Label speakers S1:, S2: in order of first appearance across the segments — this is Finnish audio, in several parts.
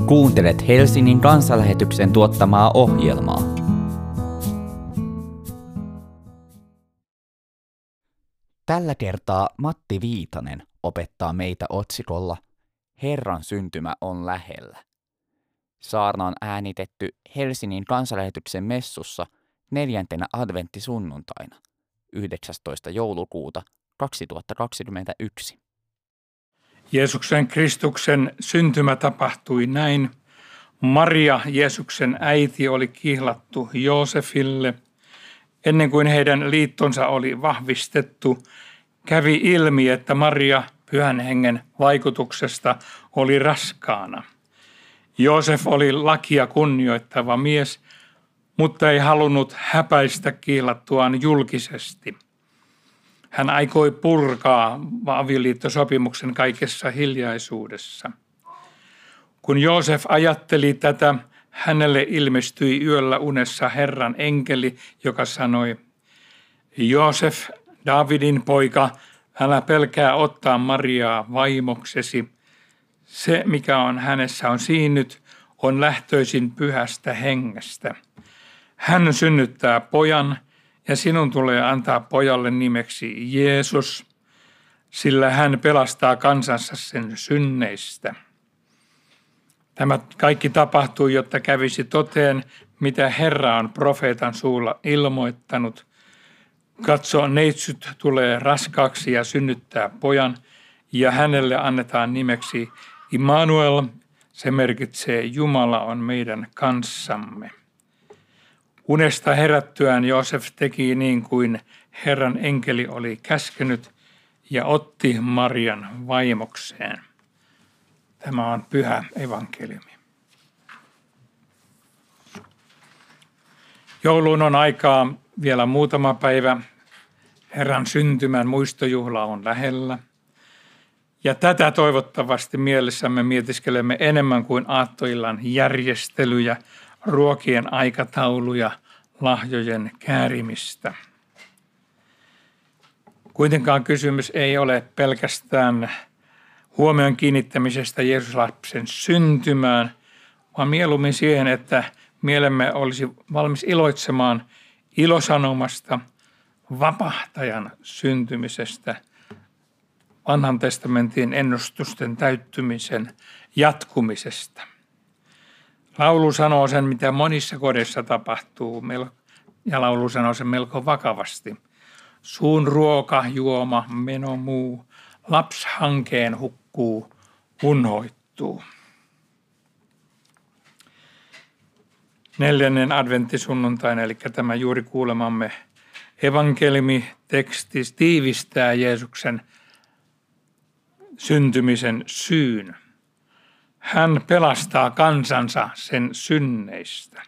S1: Kuuntelet Helsingin kansanlähetyksen tuottamaa ohjelmaa. Tällä kertaa Matti Viitanen opettaa meitä otsikolla Herran syntymä on lähellä. Saarna on äänitetty Helsingin kansanlähetyksen messussa 4. adventtisunnuntaina 19. joulukuuta 2021.
S2: Jeesuksen Kristuksen syntymä tapahtui näin. Maria, Jeesuksen äiti, oli kihlattu Joosefille. Ennen kuin heidän liittonsa oli vahvistettu, kävi ilmi, että Maria Pyhän Hengen vaikutuksesta oli raskaana. Joosef oli lakia kunnioittava mies, mutta ei halunnut häpäistä kihlattuaan julkisesti. Hän aikoi purkaa avioliittosopimuksen kaikessa hiljaisuudessa. Kun Joosef ajatteli tätä, hänelle ilmestyi yöllä unessa Herran enkeli, joka sanoi: Joosef, Daavidin poika, älä pelkää ottaa Mariaa vaimoksesi. Se, mikä on hänessä on siinnyt, on lähtöisin Pyhästä Hengestä. Hän synnyttää pojan, ja sinun tulee antaa pojalle nimeksi Jeesus, sillä hän pelastaa kansansa sen synneistä. Tämä kaikki tapahtui, jotta kävisi toteen, mitä Herra on profeetan suulla ilmoittanut. Katso, neitsyt tulee raskaaksi ja synnyttää pojan, ja hänelle annetaan nimeksi Immanuel. Se merkitsee Jumala on meidän kanssamme. Unesta herättyään Joosef teki niin kuin Herran enkeli oli käskenyt ja otti Marian vaimokseen. Tämä on pyhä evankeliumi. Jouluun on aikaa vielä muutama päivä. Herran syntymän muistojuhla on lähellä. Ja tätä toivottavasti mielessämme mietiskelemme enemmän kuin aattoillan järjestelyjä, ruokien aikatauluja, lahjojen käärimistä. Kuitenkaan kysymys ei ole pelkästään huomion kiinnittämisestä Jeesuslapsen syntymään, vaan mieluummin siihen, että mielemme olisi valmis iloitsemaan ilosanomasta, vapahtajan syntymisestä, Vanhan testamentin ennustusten täyttymisen jatkumisesta. Laulu sanoo sen, mitä monissa kodeissa tapahtuu, ja laulu sanoo sen melko vakavasti. Suun ruoka, juoma, meno muu, laps hankeen hukkuu, unhoittuu. 4. adventtisunnuntaina, eli tämä juuri kuulemamme evankeliumiteksti tiivistää Jeesuksen syntymisen syyn. Hän pelastaa kansansa sen synneistä.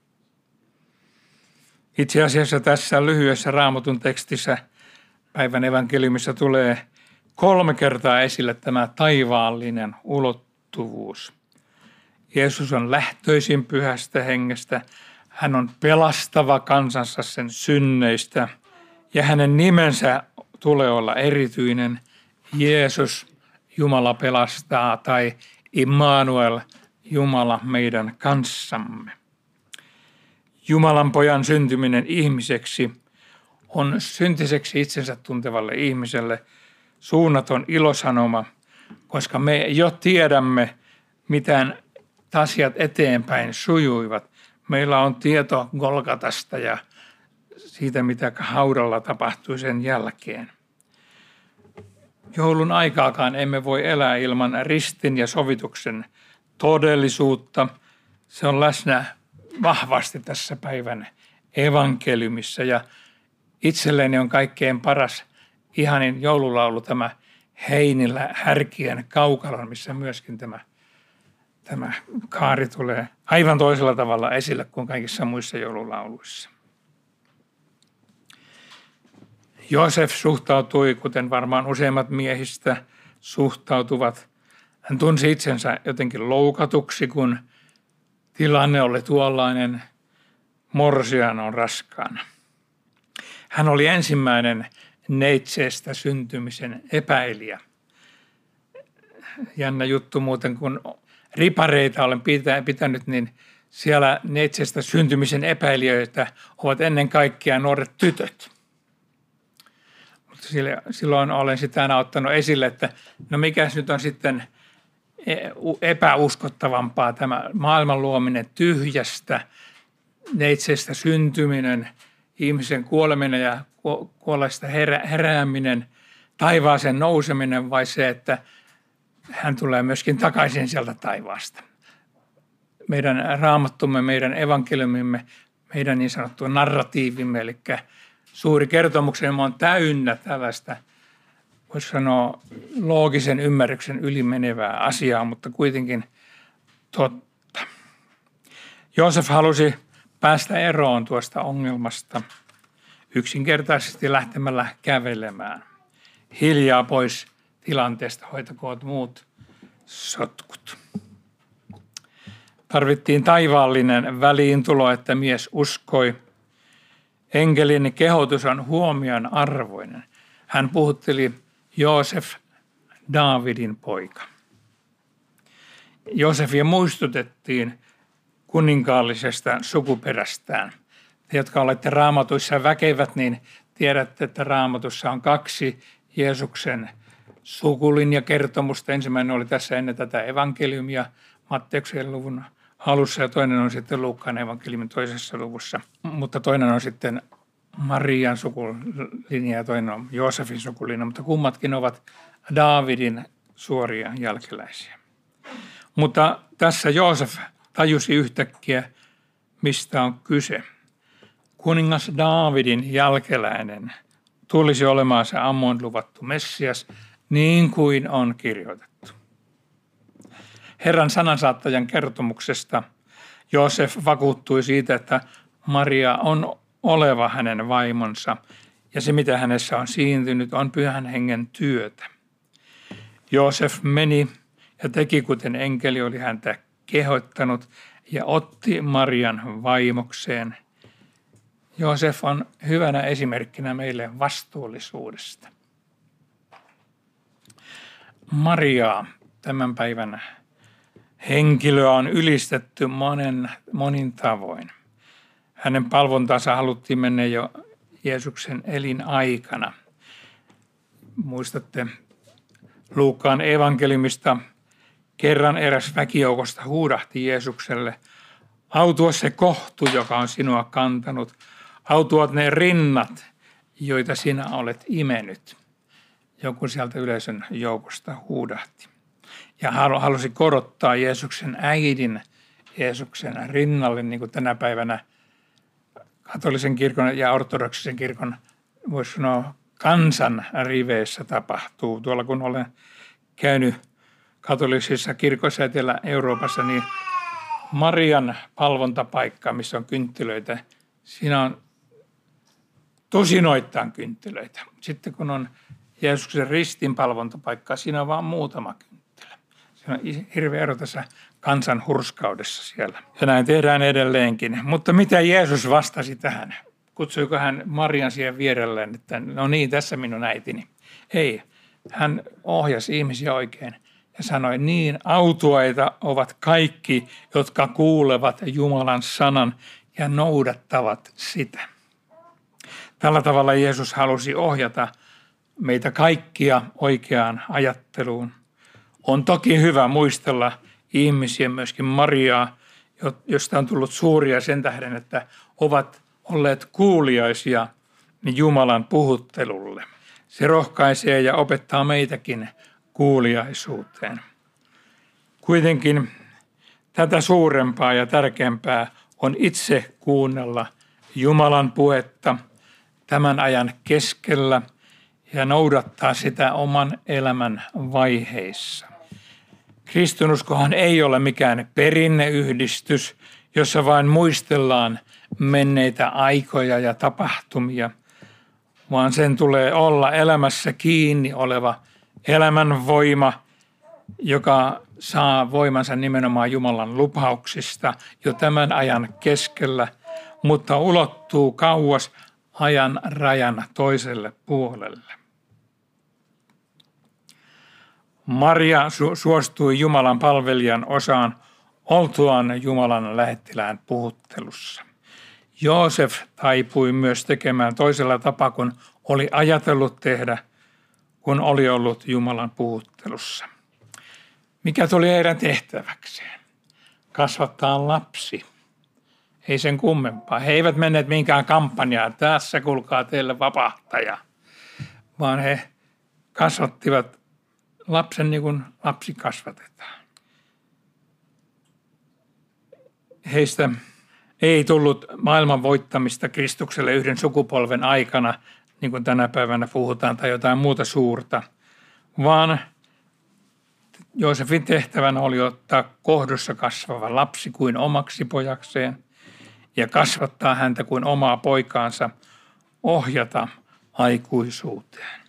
S2: Itse asiassa tässä lyhyessä Raamatun tekstissä päivän evankeliumissa tulee 3 kertaa esille tämä taivaallinen ulottuvuus. Jeesus on lähtöisin Pyhästä Hengestä. Hän on pelastava kansansa sen synneistä ja hänen nimensä tulee olla erityinen. Jeesus, Jumala pelastaa, tai Immanuel, Jumala meidän kanssamme. Jumalan pojan syntyminen ihmiseksi on syntiseksi itsensä tuntevalle ihmiselle suunnaton ilosanoma, koska me jo tiedämme, miten asiat eteenpäin sujuivat. Meillä on tieto Golgatasta ja siitä, mitä haudalla tapahtui sen jälkeen. Joulun aikaakaan emme voi elää ilman ristin ja sovituksen todellisuutta. Se on läsnä vahvasti tässä päivän evankeliumissa ja itselleni on kaikkein paras ihanin joululaulu tämä Heinillä härkien kaukalon, missä myöskin tämä kaari tulee aivan toisella tavalla esille kuin kaikissa muissa joululauluissa. Joosef suhtautui, kuten varmaan useimmat miehistä suhtautuvat. Hän tunsi itsensä jotenkin loukatuksi, kun tilanne oli tuollainen, morsian on raskaana. Hän oli ensimmäinen neitseestä syntymisen epäilijä. jännä juttu muuten, kun ripareita olen pitänyt, niin siellä neitsestä syntymisen epäilijöitä ovat ennen kaikkea nuoret tytöt. Mutta silloin olen sitä aina ottanut esille, että no mikäs nyt on sitten epäuskottavampaa tämä maailman luominen tyhjästä, neitsestä syntyminen, ihmisen kuoleminen ja kuolleesta herääminen, taivaaseen nouseminen vai se, että hän tulee myöskin takaisin sieltä taivaasta. Meidän raamattumme, meidän evankeliumimme, meidän niin sanottu narratiivimme, eli suuri kertomuksemme on täynnä tällaista, voisi sanoa, loogisen ymmärryksen ylimenevää asiaa, mutta kuitenkin totta. Joosef halusi päästä eroon tuosta ongelmasta yksinkertaisesti lähtemällä kävelemään. Hiljaa pois tilanteesta, hoitakoot muut sotkut. Tarvittiin taivaallinen väliintulo, että mies uskoi. Enkelin kehotus on huomion arvoinen. Hän puhutteli Joosef, Daavidin poika. Joosefia muistutettiin kuninkaallisesta sukuperästään. Te, jotka olette Raamatuissa väkevät, niin tiedätte, että Raamatussa on 2 Jeesuksen sukulinjakertomusta. Ensimmäinen oli tässä ennen tätä evankeliumia Matteuksen luvun alussa ja toinen on sitten Luukkaan evankeliumin 2. luvussa. Mutta toinen on sitten Marian sukulinja ja toinen on Joosefin sukulinja, mutta kummatkin ovat Daavidin suoria jälkeläisiä. Mutta tässä Joosef tajusi yhtäkkiä, mistä on kyse. Kuningas Daavidin jälkeläinen tulisi olemaan se ammon luvattu Messias, niin kuin on kirjoitettu. Herran sanansaattajan kertomuksesta Joosef vakuuttui siitä, että Maria on oleva hänen vaimonsa ja se, mitä hänessä on siintynyt, on Pyhän Hengen työtä. Joosef meni ja teki, kuten enkeli oli häntä kehottanut ja otti Marian vaimokseen. Joosef on hyvänä esimerkkinä meille vastuullisuudesta. Mariaa, tämän päivän henkilöä, on ylistetty monin tavoin. Hänen palvontansa haluttiin mennä jo Jeesuksen elinaikana. Muistatte Luukkaan evankeliumista, kerran eräs väkijoukosta huudahti Jeesukselle, autua se kohtu, joka on sinua kantanut, autuat ne rinnat, joita sinä olet imenyt. Joku sieltä yleisön joukosta huudahti. Ja halusi korottaa Jeesuksen äidin Jeesuksen rinnalle, niin kuin tänä päivänä katolisen kirkon ja ortodoksisen kirkon, voisi sanoa, kansan riveissä tapahtuu. Tuolla kun olen käynyt katolisissa kirkoissa Etelä-Euroopassa, niin Marian palvontapaikka, missä on kynttilöitä, siinä on tosinoittain kynttilöitä. Sitten kun on Jeesuksen ristin palvontapaikka, siinä on vain muutama kynttilä. Siinä on hirveä ero tässä kansan hurskaudessa siellä. Ja näin tehdään edelleenkin. Mutta mitä Jeesus vastasi tähän? Kutsuiko hän Marian siihen vierelleen, että no niin, tässä minun äitini? Ei, hän ohjasi ihmisiä oikein ja sanoi, niin autuaita ovat kaikki, jotka kuulevat Jumalan sanan ja noudattavat sitä. Tällä tavalla Jeesus halusi ohjata meitä kaikkia oikeaan ajatteluun. On toki hyvä muistella ihmisiä, myöskin Mariaa, josta on tullut suuria sen tähden, että ovat olleet kuuliaisia Jumalan puhuttelulle. Se rohkaisee ja opettaa meitäkin kuuliaisuuteen. Kuitenkin tätä suurempaa ja tärkeämpää on itse kuunnella Jumalan puhetta tämän ajan keskellä ja noudattaa sitä oman elämän vaiheissa. Kristinuskohan ei ole mikään perinneyhdistys, jossa vain muistellaan menneitä aikoja ja tapahtumia, vaan sen tulee olla elämässä kiinni oleva elämän voima, joka saa voimansa nimenomaan Jumalan lupauksista jo tämän ajan keskellä, mutta ulottuu kauas ajan rajan toiselle puolelle. Maria suostui Jumalan palvelijan osaan oltuaan Jumalan lähettilään puhuttelussa. Joosef taipui myös tekemään toisella tapaa kuin oli ajatellut tehdä, kun oli ollut Jumalan puhuttelussa. Mikä tuli heidän tehtäväkseen? Kasvattaa lapsi. Ei sen kummempaa. He eivät menneet minkään kampanjaan. Tässä kuulkaa teille vapahtaja. Vaan he kasvattivat lapsen niin kuin lapsi kasvatetaan. Heistä ei tullut maailman voittamista Kristukselle yhden sukupolven aikana, niin kuin tänä päivänä puhutaan, tai jotain muuta suurta, vaan Joosefin tehtävänä oli ottaa kohdussa kasvava lapsi kuin omaksi pojakseen ja kasvattaa häntä kuin omaa poikaansa, ohjata aikuisuuteen.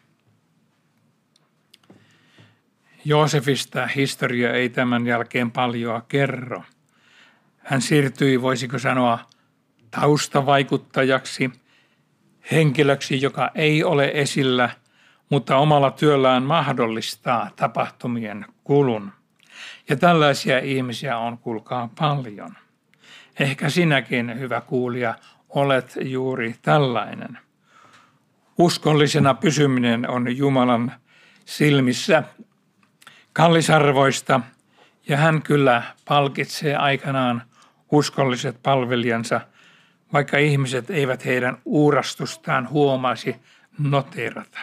S2: Joosefista historia ei tämän jälkeen paljoa kerro. Hän siirtyi, voisiko sanoa, taustavaikuttajaksi, henkilöksi, joka ei ole esillä, mutta omalla työllään mahdollistaa tapahtumien kulun. Ja tällaisia ihmisiä on, kuulkaa, paljon. Ehkä sinäkin, hyvä kuulija, olet juuri tällainen. Uskollisena pysyminen on Jumalan silmissä kallisarvoista, ja hän kyllä palkitsee aikanaan uskolliset palvelijansa, vaikka ihmiset eivät heidän uurastustaan huomasi noteerata.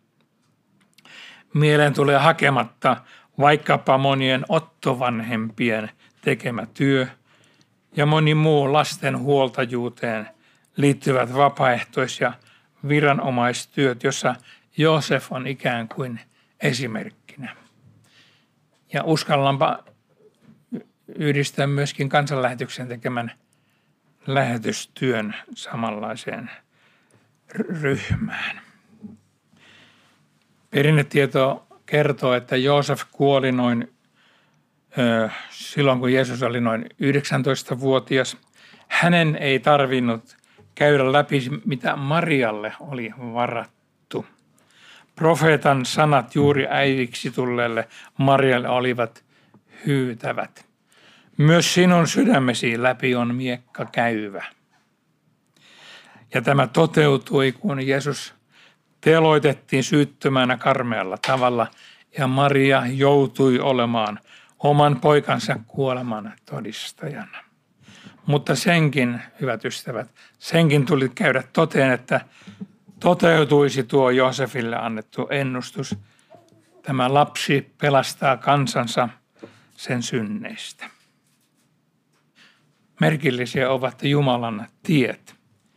S2: Mieleen tulee hakematta vaikkapa monien ottovanhempien tekemä työ ja moni muu lasten huoltajuuteen liittyvät vapaaehtois- ja viranomaistyöt, jossa Joosef on ikään kuin esimerkkinä. Ja uskallanpa yhdistää myöskin kansanlähetyksen tekemän lähetystyön samanlaiseen ryhmään. Perinnetieto kertoo, että Joosef kuoli silloin, kun Jeesus oli noin 19-vuotias. Hänen ei tarvinnut käydä läpi, mitä Marialle oli varattu. Profeetan sanat juuri äidiksi tulleelle Marialle olivat hyytävät. Myös sinun sydämesi läpi on miekka käyvä. Ja tämä toteutui, kun Jeesus teloitettiin syyttömänä karmealla tavalla ja Maria joutui olemaan oman poikansa kuoleman todistajana. Mutta senkin, hyvät ystävät, senkin tuli käydä toteen, että toteutuisi tuo Joosefille annettu ennustus. Tämä lapsi pelastaa kansansa sen synneistä. Merkillisiä ovat Jumalan tiet.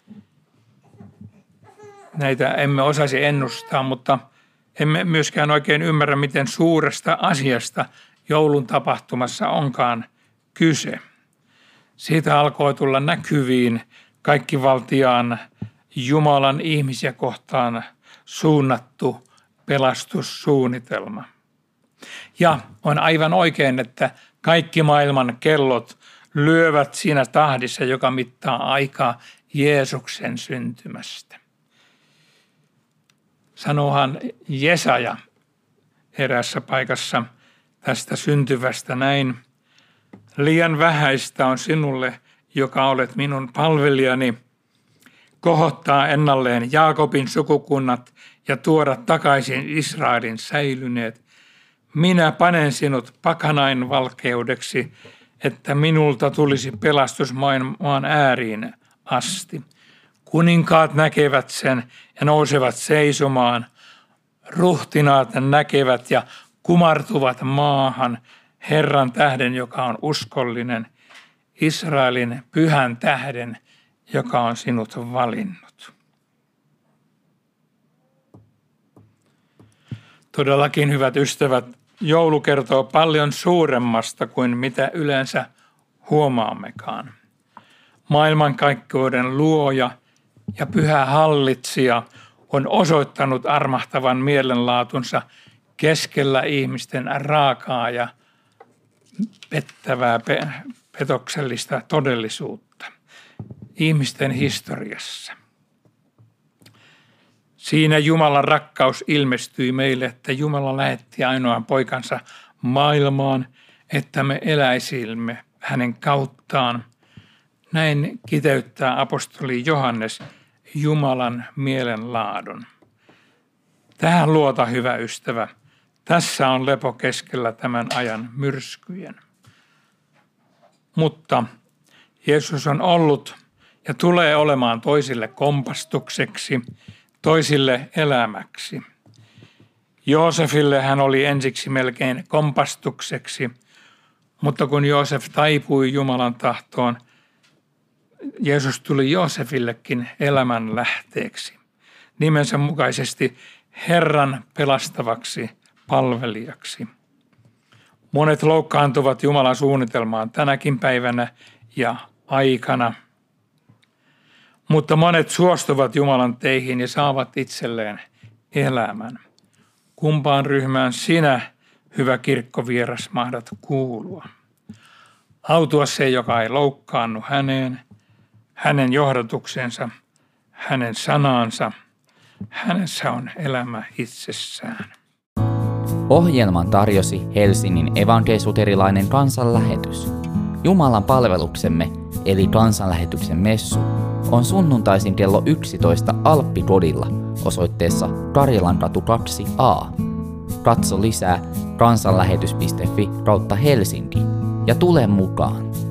S2: Näitä emme osaisi ennustaa, mutta emme myöskään oikein ymmärrä, miten suuresta asiasta joulun tapahtumassa onkaan kyse. Siitä alkoi tulla näkyviin kaikkivaltiaan Jumalan ihmisiä kohtaan suunnattu pelastussuunnitelma. Ja on aivan oikein, että kaikki maailman kellot lyövät siinä tahdissa, joka mittaa aikaa Jeesuksen syntymästä. Sanoohan Jesaja eräässä paikassa tästä syntyvästä näin: liian vähäistä on sinulle, joka olet minun palvelijani, kohottaa ennalleen Jaakobin sukukunnat ja tuoda takaisin Israelin säilyneet. Minä panen sinut pakanain valkeudeksi, että minulta tulisi pelastus maan ääriin asti. Kuninkaat näkevät sen ja nousevat seisomaan. Ruhtinaat näkevät ja kumartuvat maahan Herran tähden, joka on uskollinen, Israelin pyhän tähden, joka on sinut valinnut. Todellakin, hyvät ystävät, joulu kertoo paljon suuremmasta kuin mitä yleensä huomaammekaan. Maailmankaikkeuden luoja ja pyhä hallitsija on osoittanut armahtavan mielenlaatunsa keskellä ihmisten raakaa ja pettävää petoksellista todellisuutta ihmisten historiassa. Siinä Jumalan rakkaus ilmestyi meille, että Jumala lähetti ainoan poikansa maailmaan, että me eläisimme hänen kauttaan. Näin kiteyttää apostoli Johannes Jumalan mielenlaadun. Tähän luota, hyvä ystävä. Tässä on lepo keskellä tämän ajan myrskyjen. Mutta Jeesus on ollut ja tulee olemaan toisille kompastukseksi, toisille elämäksi. Joosefille hän oli ensiksi melkein kompastukseksi, mutta kun Joosef taipui Jumalan tahtoon, Jeesus tuli Joosefillekin elämän lähteeksi, nimensä mukaisesti Herran pelastavaksi palvelijaksi. Monet loukkaantuvat Jumalan suunnitelmaan tänäkin päivänä ja aikana, mutta monet suostuvat Jumalan teihin ja saavat itselleen elämän. Kumpaan ryhmään sinä, hyvä kirkkovieras, mahdat kuulua? Autua se, joka ei loukkaannu häneen, hänen johdatuksensa, hänen sanaansa. Hänessä on elämä itsessään.
S1: Ohjelman tarjosi Helsingin evankelisuterilainen kansanlähetys. Jumalan palveluksemme, eli kansanlähetyksen messu, on sunnuntaisin kello 11 Alppikodilla osoitteessa Karilankatu 2a. Katso lisää kansanlähetys.fi/Helsinki ja tule mukaan.